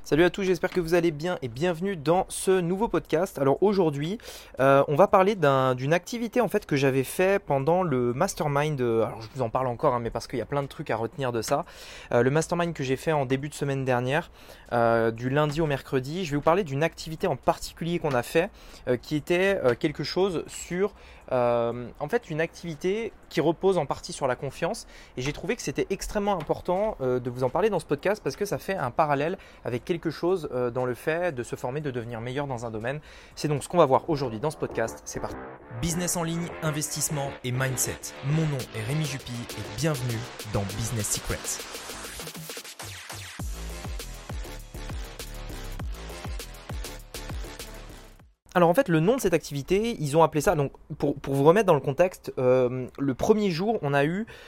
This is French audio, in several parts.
Salut à tous, j'espère que vous allez bien et bienvenue dans ce nouveau podcast. Alors aujourd'hui, on va parler d'une activité en fait que j'avais fait pendant le mastermind. Alors je vous en parle encore, mais parce qu'il y a plein de trucs à retenir de ça. Le mastermind que j'ai fait en début de semaine dernière, du lundi au mercredi. Je vais vous parler d'une activité en particulier qu'on a fait, qui était quelque chose sur en fait une activité qui repose en partie sur la confiance. Et j'ai trouvé que c'était extrêmement important de vous en parler dans ce podcast parce que ça fait un parallèle avec quelque chose dans le fait de se former, de devenir meilleur dans un domaine. C'est donc ce qu'on va voir aujourd'hui dans ce podcast. C'est parti. Business en ligne, investissement et mindset. Mon nom est Rémi Jupy et bienvenue dans Business Secrets. Alors en fait, le nom de cette activité, ils ont appelé ça, donc pour vous remettre dans le contexte, le premier jour, on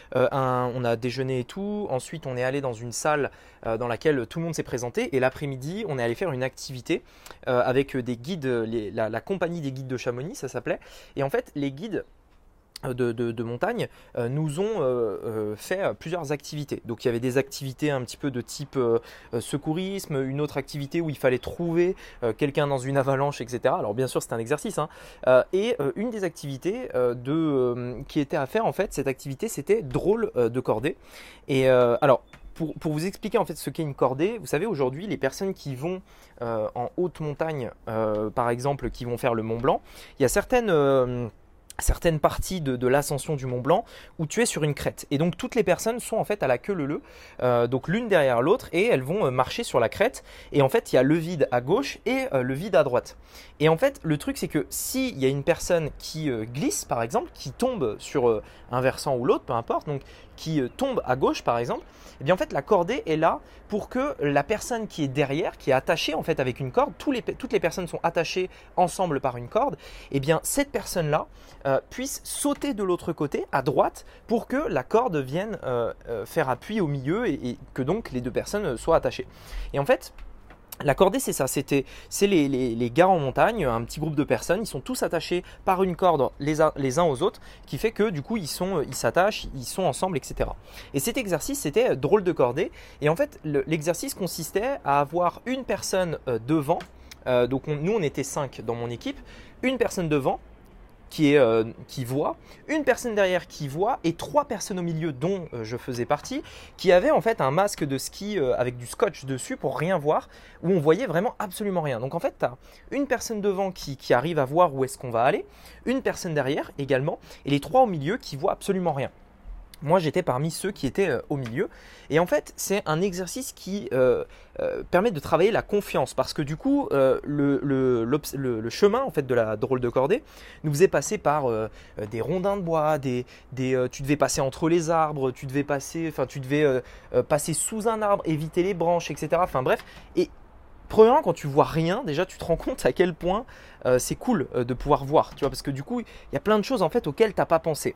a déjeuné et tout, ensuite on est allé dans une salle dans laquelle tout le monde s'est présenté, et l'après-midi, on est allé faire une activité avec des guides, la compagnie des guides de Chamonix, ça s'appelait, et en fait, les guides de montagne nous ont fait plusieurs activités. Donc il y avait des activités un petit peu de type secourisme, une autre activité où il fallait trouver quelqu'un dans une avalanche, etc. Alors bien sûr c'est un exercice, et une des activités qui était à faire en fait, cette activité c'était drôle de cordée. Et alors pour vous expliquer en fait ce qu'est une cordée, vous savez aujourd'hui les personnes qui vont en haute montagne, par exemple qui vont faire le Mont Blanc, il y a certaines parties de l'ascension du Mont Blanc où tu es sur une crête. Et donc toutes les personnes sont en fait à la queue leu-leu, donc l'une derrière l'autre, et elles vont marcher sur la crête. Et en fait, il y a le vide à gauche et le vide à droite. Et en fait, le truc, c'est que s'il y a une personne qui glisse, par exemple, qui tombe sur un versant ou l'autre, peu importe, donc qui tombe à gauche, par exemple, eh bien en fait, la cordée est là pour que la personne qui est derrière, qui est attachée en fait avec une corde, toutes les personnes sont attachées ensemble par une corde, eh bien cette personne-là puisse sauter de l'autre côté, à droite, pour que la corde vienne faire appui au milieu et que donc les deux personnes soient attachées. Et en fait, la cordée, c'est ça, c'est les gars en montagne, un petit groupe de personnes, ils sont tous attachés par une corde les uns aux autres, qui fait que du coup ils s'attachent, ils sont ensemble, etc. Et cet exercice, c'était drôle de cordée. Et en fait, l'exercice consistait à avoir une personne devant, donc nous on était 5 dans mon équipe, une personne devant, qui voit, une personne derrière qui voit et 3 personnes au milieu dont je faisais partie qui avaient en fait un masque de ski avec du scotch dessus pour rien voir, où on voyait vraiment absolument rien. Donc en fait tu as une personne devant qui arrive à voir où est-ce qu'on va aller, une personne derrière également et les 3 au milieu qui voient absolument rien. Moi, j'étais parmi ceux qui étaient au milieu. Et en fait, c'est un exercice qui permet de travailler la confiance. Parce que du coup, le chemin en fait, de la drôle de cordée nous faisait passer par des rondins de bois, tu devais passer entre les arbres, tu devais passer sous un arbre, éviter les branches, etc. Enfin bref. Et premièrement, quand tu vois rien, déjà, tu te rends compte à quel point c'est cool de pouvoir voir. Tu vois, parce que du coup, il y a plein de choses en fait, auxquelles tu n'as pas pensé.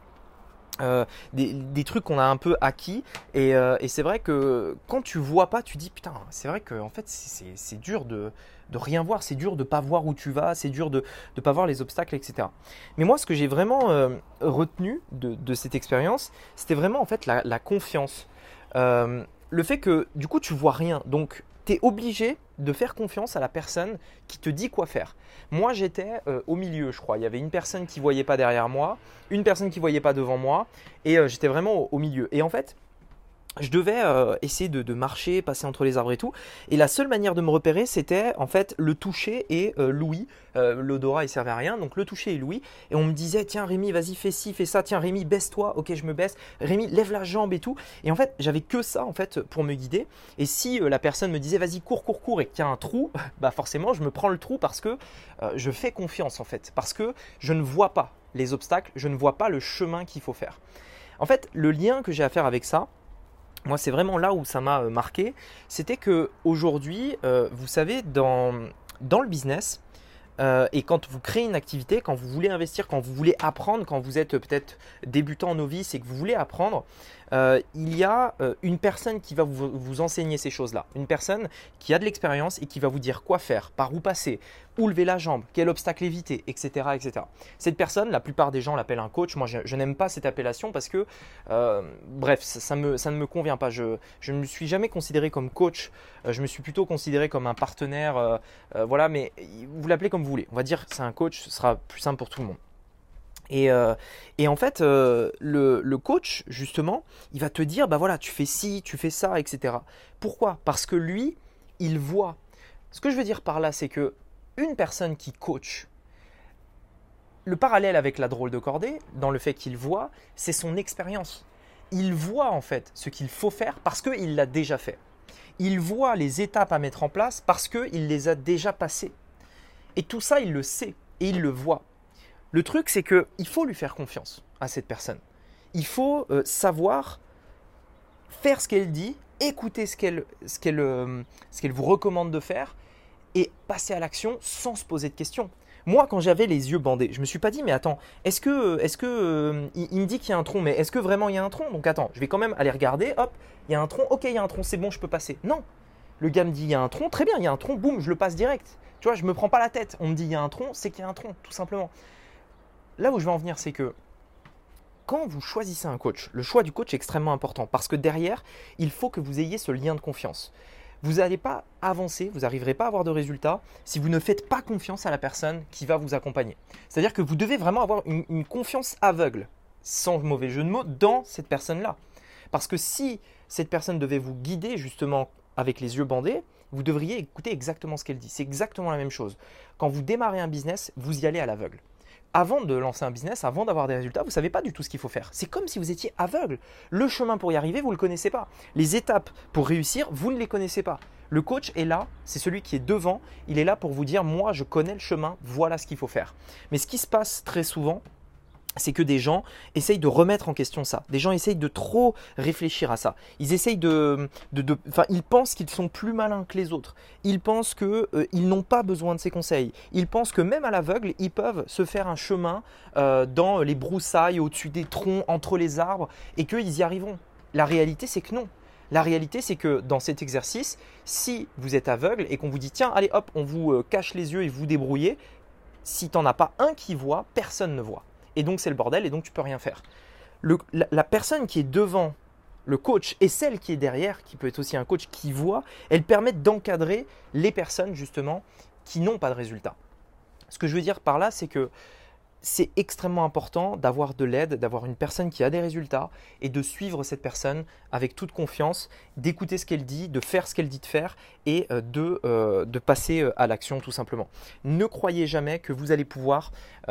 Des trucs qu'on a un peu acquis et c'est vrai que quand tu vois pas tu dis putain c'est vrai que en fait c'est dur de rien voir, c'est dur de pas voir où tu vas, c'est dur de pas voir les obstacles, etc. Mais moi ce que j'ai vraiment retenu de cette expérience, c'était vraiment en fait la confiance, le fait que du coup tu vois rien, donc tu es obligé de faire confiance à la personne qui te dit quoi faire. Moi, j'étais au milieu, je crois. Il y avait une personne qui ne voyait pas derrière moi, une personne qui ne voyait pas devant moi, et j'étais vraiment au milieu. Et en fait, je devais essayer de marcher, passer entre les arbres et tout. Et la seule manière de me repérer, c'était en fait le toucher et l'ouïe. L'odorat, il servait à rien. Donc le toucher et l'ouïe. Et on me disait, tiens Rémi, vas-y, fais ci, fais ça. Tiens Rémi, baisse-toi. Ok, je me baisse. Rémi, lève la jambe et tout. Et en fait, j'avais que ça en fait pour me guider. Et si la personne me disait, vas-y, cours, cours, cours, et qu'il y a un trou, bah forcément, je me prends le trou parce que je fais confiance en fait. Parce que je ne vois pas les obstacles, je ne vois pas le chemin qu'il faut faire. En fait, le lien que j'ai à faire avec ça, moi, c'est vraiment là où ça m'a marqué. C'était qu'aujourd'hui, vous savez, dans le business, Et quand vous créez une activité, quand vous voulez investir, quand vous voulez apprendre, quand vous êtes peut-être débutant, novice et que vous voulez apprendre, il y a une personne qui va vous enseigner ces choses-là. Une personne qui a de l'expérience et qui va vous dire quoi faire, par où passer, où lever la jambe, quel obstacle éviter, etc., etc. Cette personne, la plupart des gens l'appellent un coach. Moi, je n'aime pas cette appellation parce que, bref, ça ne me convient pas. Je ne me suis jamais considéré comme coach. Je me suis plutôt considéré comme un partenaire. Voilà, mais vous l'appelez comme vous voulez. On va dire que c'est un coach, ce sera plus simple pour tout le monde. Et en fait, le coach, justement, il va te dire, bah voilà, tu fais ci, tu fais ça, etc. Pourquoi? Parce que lui, il voit. Ce que je veux dire par là, c'est que une personne qui coach, le parallèle avec la drôle de cordée, dans le fait qu'il voit, c'est son expérience. Il voit en fait ce qu'il faut faire parce qu'il l'a déjà fait. Il voit les étapes à mettre en place parce qu'il les a déjà passées. Et tout ça, il le sait et il le voit. Le truc, c'est qu'il faut lui faire confiance à cette personne. Il faut savoir faire ce qu'elle dit, écouter ce qu'elle vous recommande de faire et passer à l'action sans se poser de questions. Moi, quand j'avais les yeux bandés, je me suis pas dit, mais attends, est-ce que il me dit qu'il y a un tronc, mais est-ce que vraiment il y a un tronc? Donc attends, je vais quand même aller regarder, hop, il y a un tronc, ok, il y a un tronc, c'est bon, je peux passer. Non, le gars me dit, il y a un tronc, très bien, il y a un tronc, boum, je le passe direct. Tu vois, je me prends pas la tête. On me dit, il y a un tronc, c'est qu'il y a un tronc, tout simplement. Là où je veux en venir, c'est que quand vous choisissez un coach, le choix du coach est extrêmement important parce que derrière, il faut que vous ayez ce lien de confiance. Vous n'allez pas avancer, vous n'arriverez pas à avoir de résultats si vous ne faites pas confiance à la personne qui va vous accompagner. C'est-à-dire que vous devez vraiment avoir une confiance aveugle, sans mauvais jeu de mots, dans cette personne-là. Parce que si cette personne devait vous guider justement avec les yeux bandés, vous devriez écouter exactement ce qu'elle dit. C'est exactement la même chose. Quand vous démarrez un business, vous y allez à l'aveugle. Avant de lancer un business, avant d'avoir des résultats, vous ne savez pas du tout ce qu'il faut faire. C'est comme si vous étiez aveugle. Le chemin pour y arriver, vous ne le connaissez pas. Les étapes pour réussir, vous ne les connaissez pas. Le coach est là, c'est celui qui est devant. Il est là pour vous dire, moi, je connais le chemin, voilà ce qu'il faut faire. Mais ce qui se passe très souvent, c'est que des gens essayent de remettre en question ça. Des gens essayent de trop réfléchir à ça. Ils essayent ils pensent qu'ils sont plus malins que les autres. Ils pensent qu'ils n'ont pas besoin de ces conseils. Ils pensent que même à l'aveugle, ils peuvent se faire un chemin dans les broussailles, au-dessus des troncs, entre les arbres, et qu'ils y arriveront. La réalité, c'est que non. La réalité, c'est que dans cet exercice, si vous êtes aveugle et qu'on vous dit « tiens, allez hop, on vous cache les yeux et vous vous débrouillez », si tu n'en as pas un qui voit, personne ne voit. Et donc, c'est le bordel et donc, tu ne peux rien faire. La personne qui est devant le coach et celle qui est derrière, qui peut être aussi un coach qui voit, elles permettent d'encadrer les personnes justement qui n'ont pas de résultats. Ce que je veux dire par là, c'est que c'est extrêmement important d'avoir de l'aide, d'avoir une personne qui a des résultats et de suivre cette personne avec toute confiance, d'écouter ce qu'elle dit, de faire ce qu'elle dit de faire et de passer à l'action tout simplement. Ne croyez jamais que vous allez pouvoir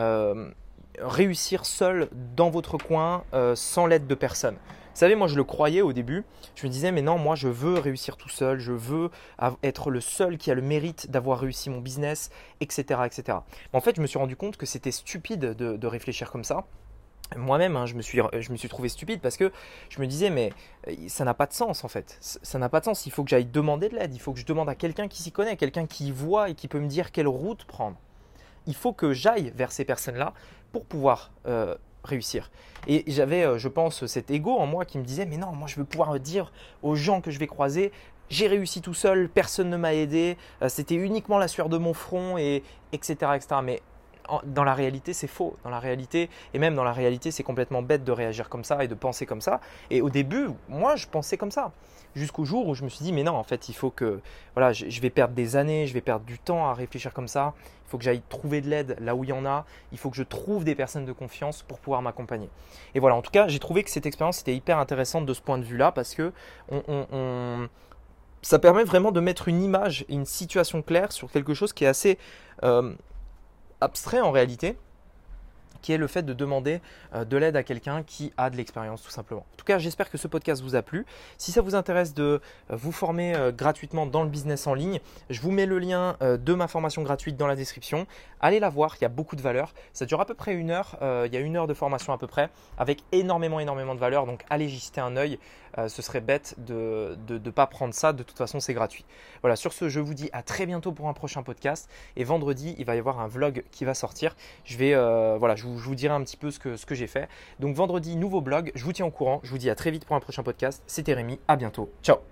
réussir seul dans votre coin sans l'aide de personne. Vous savez, moi je le croyais au début, je me disais mais non, moi je veux réussir tout seul, je veux être le seul qui a le mérite d'avoir réussi mon business, etc. etc. Mais en fait, je me suis rendu compte que c'était stupide de réfléchir comme ça. Moi-même, hein, je me suis trouvé stupide parce que je me disais mais ça n'a pas de sens en fait. Ça n'a pas de sens, il faut que j'aille demander de l'aide, il faut que je demande à quelqu'un qui s'y connaît, quelqu'un qui voit et qui peut me dire quelle route prendre. Il faut que j'aille vers ces personnes-là pour pouvoir réussir. Et j'avais, je pense, cet ego en moi qui me disait, mais non, moi je veux pouvoir dire aux gens que je vais croiser, j'ai réussi tout seul, personne ne m'a aidé, c'était uniquement la sueur de mon front, et, etc., etc. Mais dans la réalité, c'est faux. Dans la réalité, et même dans la réalité, c'est complètement bête de réagir comme ça et de penser comme ça. Et au début, moi, je pensais comme ça. Jusqu'au jour où je me suis dit, mais non, en fait, il faut que, voilà, je vais perdre des années, je vais perdre du temps à réfléchir comme ça. Il faut que j'aille trouver de l'aide là où il y en a. Il faut que je trouve des personnes de confiance pour pouvoir m'accompagner. Et voilà, en tout cas, j'ai trouvé que cette expérience était hyper intéressante de ce point de vue-là parce que ça permet vraiment de mettre une image et une situation claire sur quelque chose qui est assez abstrait en réalité, qui est le fait de demander de l'aide à quelqu'un qui a de l'expérience tout simplement. En tout cas, j'espère que ce podcast vous a plu. Si ça vous intéresse de vous former gratuitement dans le business en ligne, je vous mets le lien de ma formation gratuite dans la description. Allez la voir, il y a beaucoup de valeur. Ça dure à peu près 1 heure, il y a 1 heure de formation à peu près avec énormément de valeur. Donc allez y jeter un œil, ce serait bête de ne pas prendre ça, de toute façon c'est gratuit. Voilà, sur ce, je vous dis à très bientôt pour un prochain podcast et vendredi, il va y avoir un vlog qui va sortir. Je vous dirai un petit peu ce que j'ai fait. Donc vendredi, nouveau blog, je vous tiens au courant. Je vous dis à très vite pour un prochain podcast. C'était Rémi, à bientôt. Ciao.